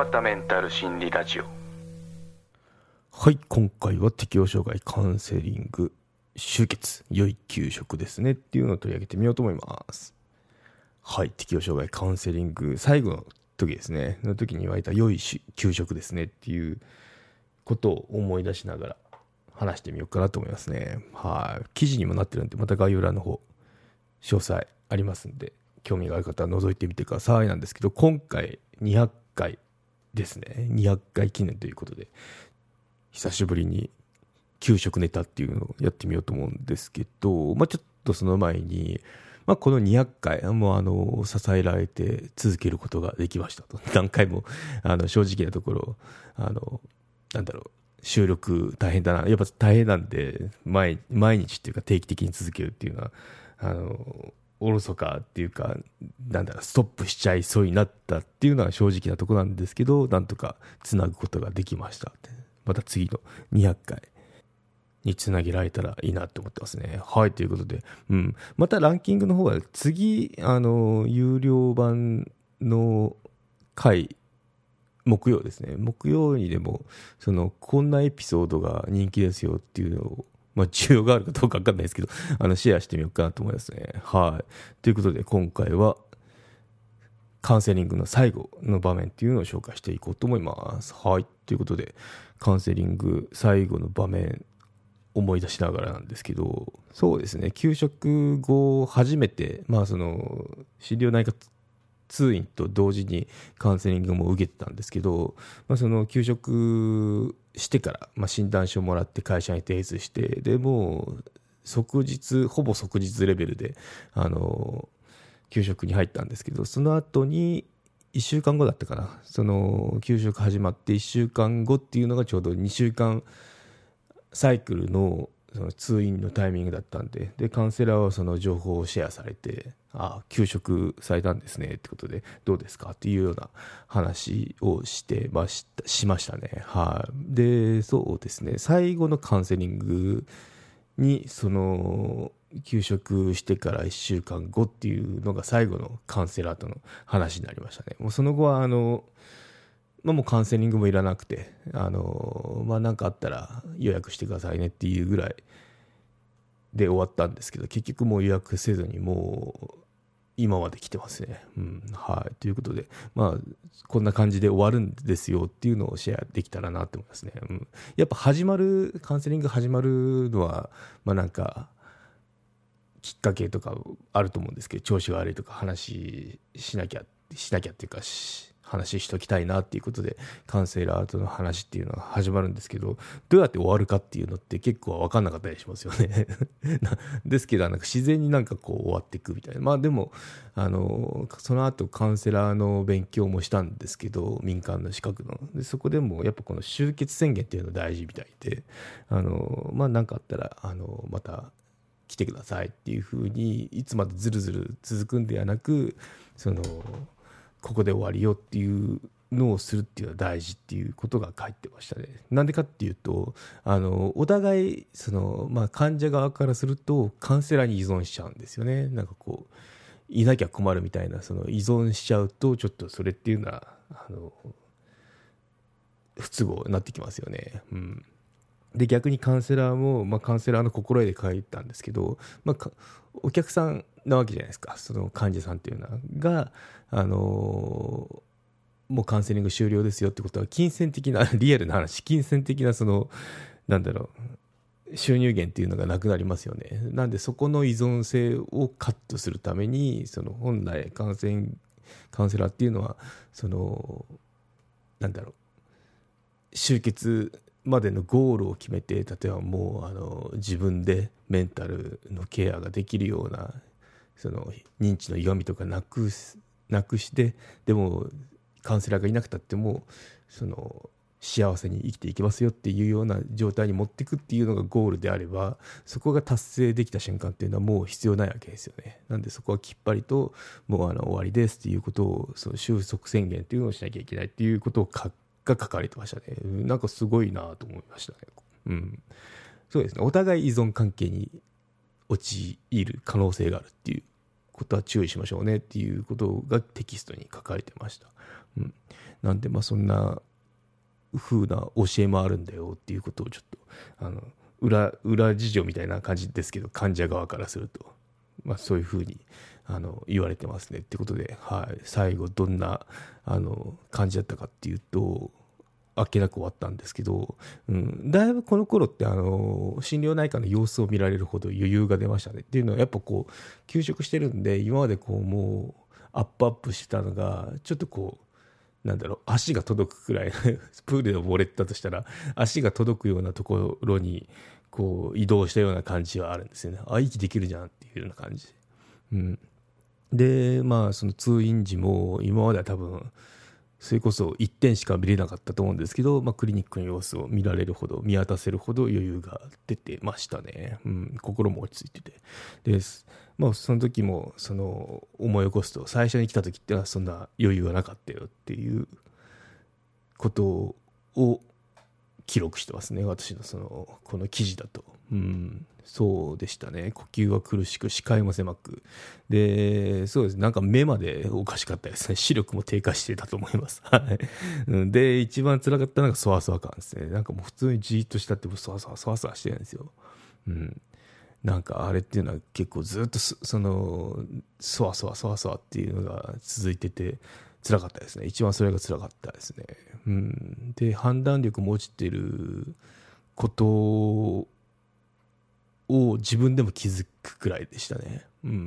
わったメンタル心理ラジオ。 はい、今回は適応障害カウンセリング終結良い給食ですねっていうのを取り上げてみようと思います。はい、適応障害カウンセリング最後の時ですねの時に言われた良い給食ですねっていうことを思い出しながら話してみようかなと思いますね。はい、記事にもなってるんでまた概要欄の方詳細ありますんで興味がある方は覗いてみてくださいなんですけど、今回200回ですね。200回記念ということで久しぶりに給食ネタっていうのをやってみようと思うんですけど、ちょっとその前に、この200回も支えられて続けることができましたと。何回も正直なところ収録大変だな、やっぱ大変なんで毎日っていうか定期的に続けるっていうのはおろそかっていうかストップしちゃいそうになったっていうのは正直なところなんですけど、なんとかつなぐことができましたって。また次の200回につなげられたらいいなと思ってますね。はい、ということで、またランキングの方は次有料版の回木曜ですね。木曜にでもこんなエピソードが人気ですよっていうのを需要があるかどうか分かんないですけどシェアしてみようかなと思いますね。はい、ということで今回はカウンセリングの最後の場面っていうのを紹介していこうと思います。はい、ということでカウンセリング最後の場面思い出しながらなんですけど、そうですね、給食後初めて心療内科通院と同時にカウンセリングも受けてたんですけど、給食してから、診断書もらって会社に提出して、でもうほぼ即日レベルで給食に入ったんですけど、その後に1週間後だったかな、給食始まって1週間後っていうのがちょうど2週間サイクルの通院のタイミングだったんで、カウンセラーはその情報をシェアされて、休職されたんですねってことでどうですかっていうような話をしましたね。はい。で、そうですね、最後のカウンセリングに休職してから1週間後っていうのが最後のカウンセラーとの話になりましたね。もうその後はもうカウンセリングもいらなくて何かあったら予約してくださいねっていうぐらいで終わったんですけど、結局もう予約せずにもう今まで来てますね。はい、ということでこんな感じで終わるんですよっていうのをシェアできたらなと思いますね。やっぱカウンセリング始まるのはきっかけとかあると思うんですけど、調子が悪いとか話しなきゃっていうか話しときたいなっていうことでカウンセラーとの話っていうのが始まるんですけど、どうやって終わるかっていうのって結構分かんなかったりしますよねですけど自然に終わっていくみたいな。でもその後カウンセラーの勉強もしたんですけど、民間の資格ので、そこでもやっぱこの終結宣言っていうの大事みたいで何かあったらまた来てくださいっていう風に、いつまでずるずる続くんではなくここで終わりよっていうのをするっていうのは大事っていうことが書いてましたね。なんでかっていうとお互い患者側からするとカウンセラーに依存しちゃうんですよね。いなきゃ困るみたいな依存しちゃうとちょっとそれっていうのは不都合になってきますよね。で逆にカウンセラーも、カウンセラーの心得で書いたんですけど、お客さんなわけじゃないですか、その患者さんっていうのがもうカウンセリング終了ですよってことは金銭的なリアルな話、金銭的な収入源っていうのがなくなりますよね。なんでそこの依存性をカットするために本来カウンセラーっていうのは終結までのゴールを決めて、例えばもう自分でメンタルのケアができるような認知の歪みとかなくして、でもカウンセラーがいなくたっても幸せに生きていけますよっていうような状態に持っていくっていうのがゴールであれば、そこが達成できた瞬間っていうのはもう必要ないわけですよね。なんでそこはきっぱりともう終わりですっていうことを収束宣言っていうのをしなきゃいけないっていうことが書かれてましたね。すごいなと思いましたね。そうですね、お互い依存関係に陥る可能性があるっていうことは注意しましょうねっていうことがテキストに書かれてました。なんでそんな風な教えもあるんだよっていうことをちょっと裏事情みたいな感じですけど、患者側からすると、そういう風に言われてますねってことで、最後どんな感じだったかっていうと、あっけなく終わったんですけど、だいぶこの頃って心療内科の様子を見られるほど余裕が出ましたね。っていうのはやっぱ休職してるんで、今までもうアップしてたのがちょっと足が届くくらいプールで溺れてたとしたら足が届くようなところに移動したような感じはあるんですよね。息できるじゃんっていうような感じ、でその通院時も今までは多分それこそ1点しか見れなかったと思うんですけど、クリニックの様子を見られるほど、見渡せるほど余裕が出てましたね。心も落ち着いてて。で、その時も思い起こすと、最初に来た時ってのはそんな余裕がなかったよっていうことを記録してますね、私のこの記事だと。そうでしたね。呼吸は苦しく、視界も狭く。で、そうです。目までおかしかったですね。視力も低下してたと思います。で、一番辛かったのがそわそわ感ですね。もう普通にじーっとしたってそわそわしてるんですよ。あれっていうのは結構ずっとそわそわっていうのが続いてて辛かったですね。一番それが辛かったですね。で、判断力も落ちてることを自分でも気づくくらいでしたね。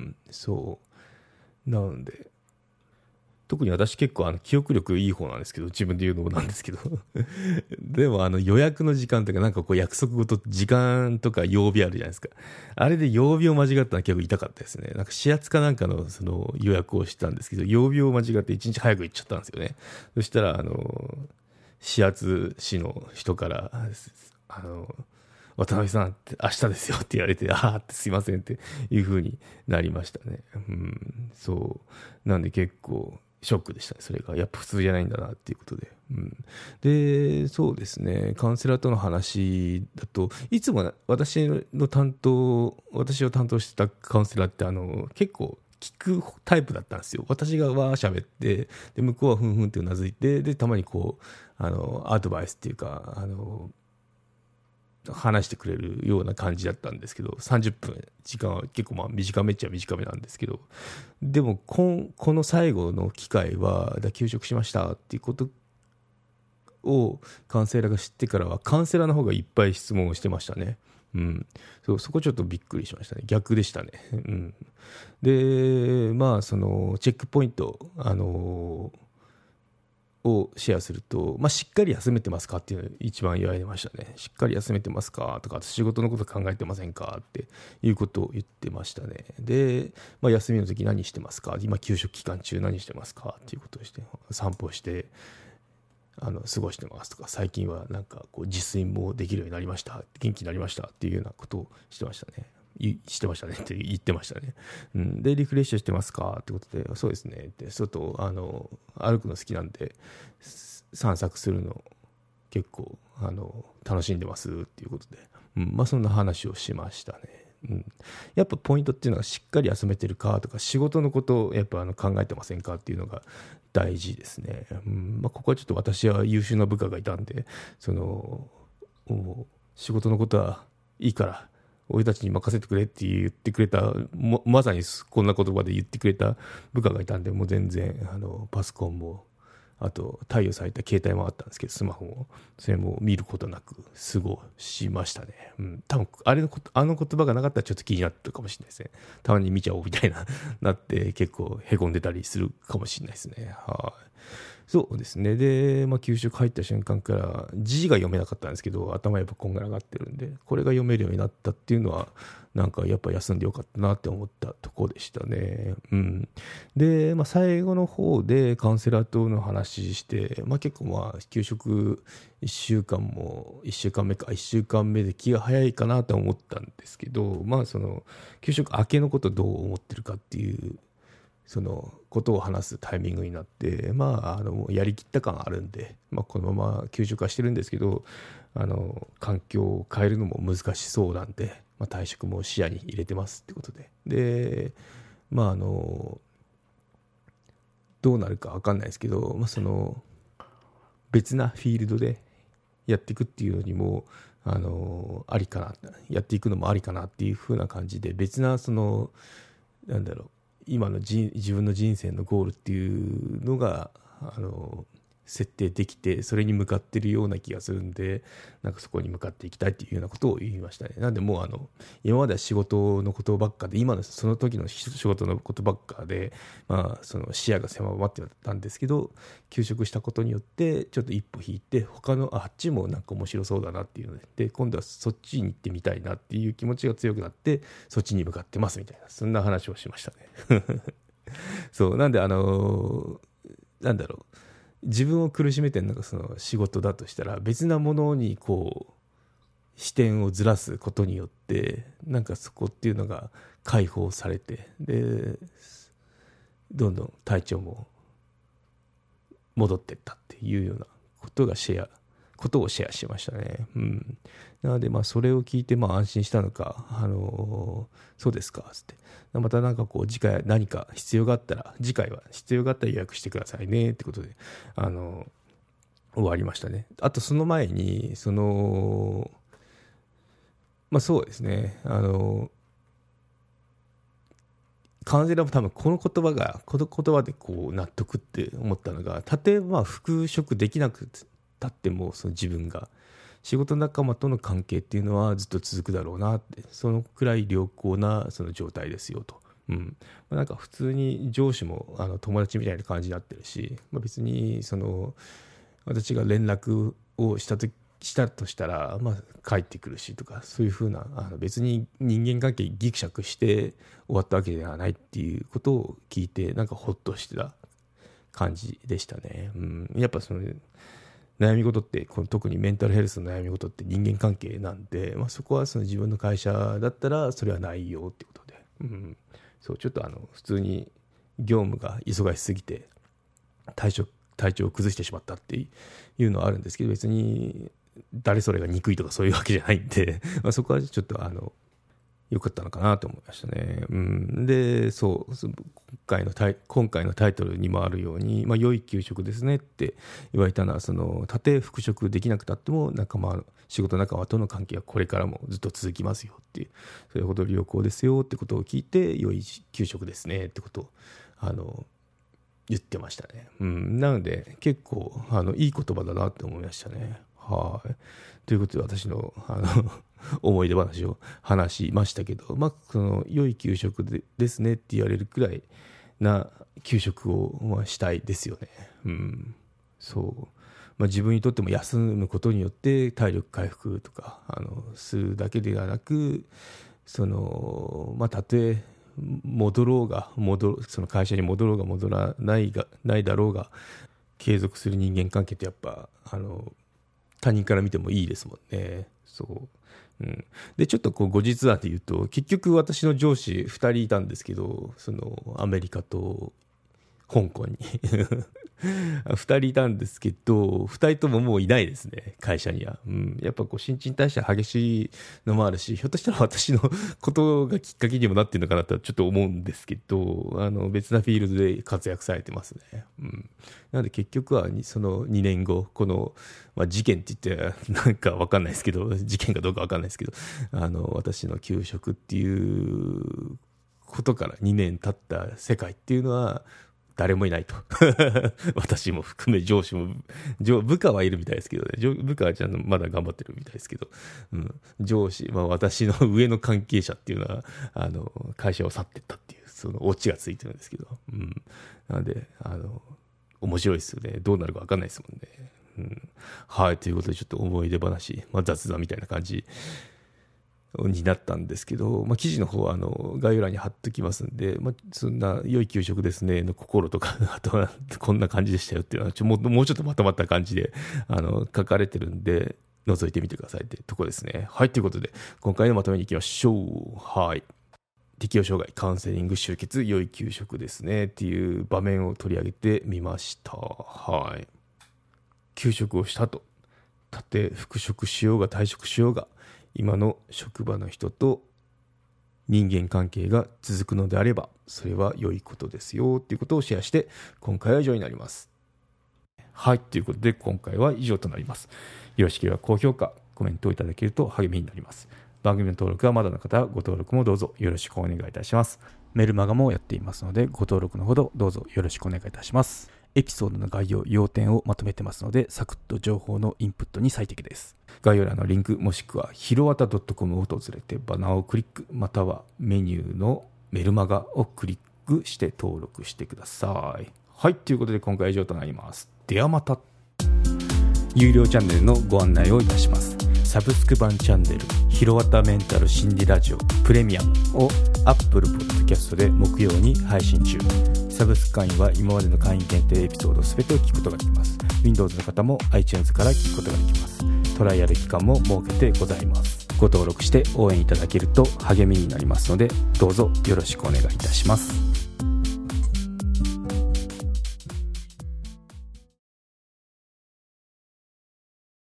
そうなので、特に私結構記憶力いい方なんですけど、自分で言うのもなんですけどでも予約の時間とか約束事、時間とか曜日あるじゃないですか。あれで曜日を間違ったのは結構痛かったですね。指圧かなんかの予約をしたんですけど、曜日を間違って1日早く行っちゃったんですよね。そしたら指圧師の人から渡辺さんって明日ですよって言われて、ってすいませんっていう風になりましたね。そうなんで結構ショックでしたね。それがやっぱ普通じゃないんだなっていうことで。で、そうですね、カウンセラーとの話だと、いつも私を担当してたカウンセラーって結構聞くタイプだったんですよ。私が喋って、で向こうはふんふんってうなずいて、でたまにアドバイスっていうか話してくれるような感じだったんですけど、30分時間は結構短めっちゃ短めなんですけど、でもこの最後の機会は休職しましたっていうことをカウンセラーが知ってからは、カウンセラーの方がいっぱい質問をしてましたね。そこちょっとびっくりしましたね。逆でしたね。で、そのチェックポイントをシェアすると、しっかり休めてますかっていうのを一番言われましたね。しっかり休めてますかとか、仕事のこと考えてませんかっていうことを言ってましたね。で、休みの時何してますか、今休職期間中何してますかっていうことをして、散歩して過ごしてますとか、最近は自炊もできるようになりました、元気になりましたっていうようなことをしてましたね。してましたねって言ってましたね。で、リフレッシュしてますかってことで、そうですねって、外歩くの好きなんで散策するの結構楽しんでますっていうことで、そんな話をしましたね。やっぱポイントっていうのは、しっかり休めてるかとか、仕事のことをやっぱ考えてませんかっていうのが大事ですね。ここはちょっと私は優秀な部下がいたんで、仕事のことはいいから俺たちに任せてくれって言ってくれた、まさにこんな言葉で言ってくれた部下がいたんで、もう全然パソコンも、あと貸与された携帯もあったんですけど、スマホもそれも見ることなく過ごしましたね。多分あの言葉がなかったらちょっと気になったかもしれないですね。たまに見ちゃおうみたいなって結構へこんでたりするかもしれないですね。そうですね。で、休職入った瞬間から字が読めなかったんですけど、頭やっぱこんがらがってるんで、これが読めるようになったっていうのは、やっぱ休んでよかったなって思ったところでしたね。で、最後の方でカウンセラーとの話して、結構休職1週間目で気が早いかなと思ったんですけど、休職明けのことどう思ってるかっていうそのことを話すタイミングになって、やりきった感あるんで、このまま休職はしてるんですけど、環境を変えるのも難しそうなんで、退職も視野に入れてますってことで、 まあどうなるか分かんないですけど、その別なフィールドでやっていくっていうのにもありかな、やっていくのもありかなっていう風な感じで、別なそのなんだろう、今の自分の人生のゴールっていうのが設定できて、それに向かってるような気がするんで、なんかそこに向かっていきたいっていうようなことを言いましたね。なんでもう今までは仕事のことばっかで、今のその時の仕事のことばっかで、その視野が狭まってたんですけど、休職したことによってちょっと一歩引いて、他のあっちもなんか面白そうだなっていうので、今度はそっちに行ってみたいなっていう気持ちが強くなって、そっちに向かってますみたいな、そんな話をしましたね。そうなんでなんだろう、自分を苦しめてるのがその仕事だとしたら、別なものにこう視点をずらすことによって、なんかそこっていうのが解放されて、でどんどん体調も戻っていったっていうようなことをシェアしましたね。なのでそれを聞いて安心したのか、そうですかつって、またなんかこう次回何か必要があったら、次回は必要があったら予約してくださいねってことで終わりましたね。あとその前にそうですね、カウンセラーも多分この言葉でこう納得って思ったのが、例えば復職できなくたっても、その自分が仕事仲間との関係っていうのはずっと続くだろうなって、そのくらい良好なその状態ですよと。なんか普通に上司も友達みたいな感じになってるし、別に私が連絡をしたとしたら、帰ってくるしとか、そういうふうな別に人間関係ギクシャクして終わったわけではないっていうことを聞いて、なんかホッとしてた感じでしたね。やっぱその悩み事って、特にメンタルヘルスの悩み事って人間関係なんで、そこはその自分の会社だったらそれはないよってことで、そうちょっと普通に業務が忙しすぎて体調を崩してしまったっていうのはあるんですけど、別に誰それが憎いとかそういうわけじゃないんでそこはちょっと良かったのかなと思いましたね。で、今回のタイトルにもあるように、良い給食ですねって言われたのは、たとえ復職できなくたっても仕事仲間との関係はこれからもずっと続きますよっていう、それほど良好ですよってことを聞いて、良い給食ですねってことを言ってましたね。なので結構いい言葉だなって思いましたね。はい。ということで、私の思い出話を話しましたけど、その良い給食ですねって言われるくらいな給食をしたいですよね。そう。自分にとっても休むことによって体力回復とかするだけではなく、たとえ戻ろうがその会社に戻ろうが戻らないだろうが、継続する人間関係ってやっぱ他人から見てもいいですもんね。でちょっと後日談で言うと、結局私の上司2人いたんですけど、アメリカと香港に2人いたんですけど、2人とももういないですね、会社には。やっぱ新陳代謝激しいのもあるし、ひょっとしたら私のことがきっかけにもなってるのかなとちょっと思うんですけど、別なフィールドで活躍されてますね。なので結局はその2年後、この、事件って言ってなんか分かんないですけど、事件かどうか分かんないですけど、私の休職っていうことから2年経った世界っていうのは誰もいないと私も含め上司も部下はいるみたいですけどね、部下はちゃんとまだ頑張ってるみたいですけど、上司、私の上の関係者っていうのは会社を去ってったっていう、そのオチがついてるんですけど、なので面白いですよね。どうなるか分かんないですもんね。はい、ということでちょっと思い出話、雑談みたいな感じになったんですけど、記事の方は概要欄に貼っときますんで、そんな良い給食ですねの心とか、あとはこんな感じでしたよっていうのはもうちょっとまとまった感じで書かれてるんで、覗いてみてくださいってとこですね。はい、ということで今回のまとめに行きましょう。はい、適応障害カウンセリング集結良い給食ですねっていう場面を取り上げてみました。はい、休職をしたと、たとえ復職しようが退職しようが、今の職場の人と人間関係が続くのであればそれは良いことですよっていうことをシェアして、今回は以上になります。はい、ということで今回は以上となります。よろしければ高評価コメントをいただけると励みになります。番組の登録はまだの方はご登録もどうぞよろしくお願いいたします。メルマガもやっていますのでご登録のほどどうぞよろしくお願いいたします。エピソードの概要要点をまとめてますのでサクッと情報のインプットに最適です。概要欄のリンクもしくはひろわた .com を訪れてバナーをクリック、またはメニューのメルマガをクリックして登録してください。はい、ということで今回は以上となります。ではまた。有料チャンネルのご案内をいたします。サブスク版チャンネルひろわたメンタル心理ラジオプレミアムを Apple Podcast で木曜に配信中。サブスク会員は今までの会員限定エピソードすべてを聞くことができます。 Windows の方も iTunes から聞くことができます。トライアル期間も設けてございます。ご登録して応援いただけると励みになりますのでどうぞよろしくお願いいたします。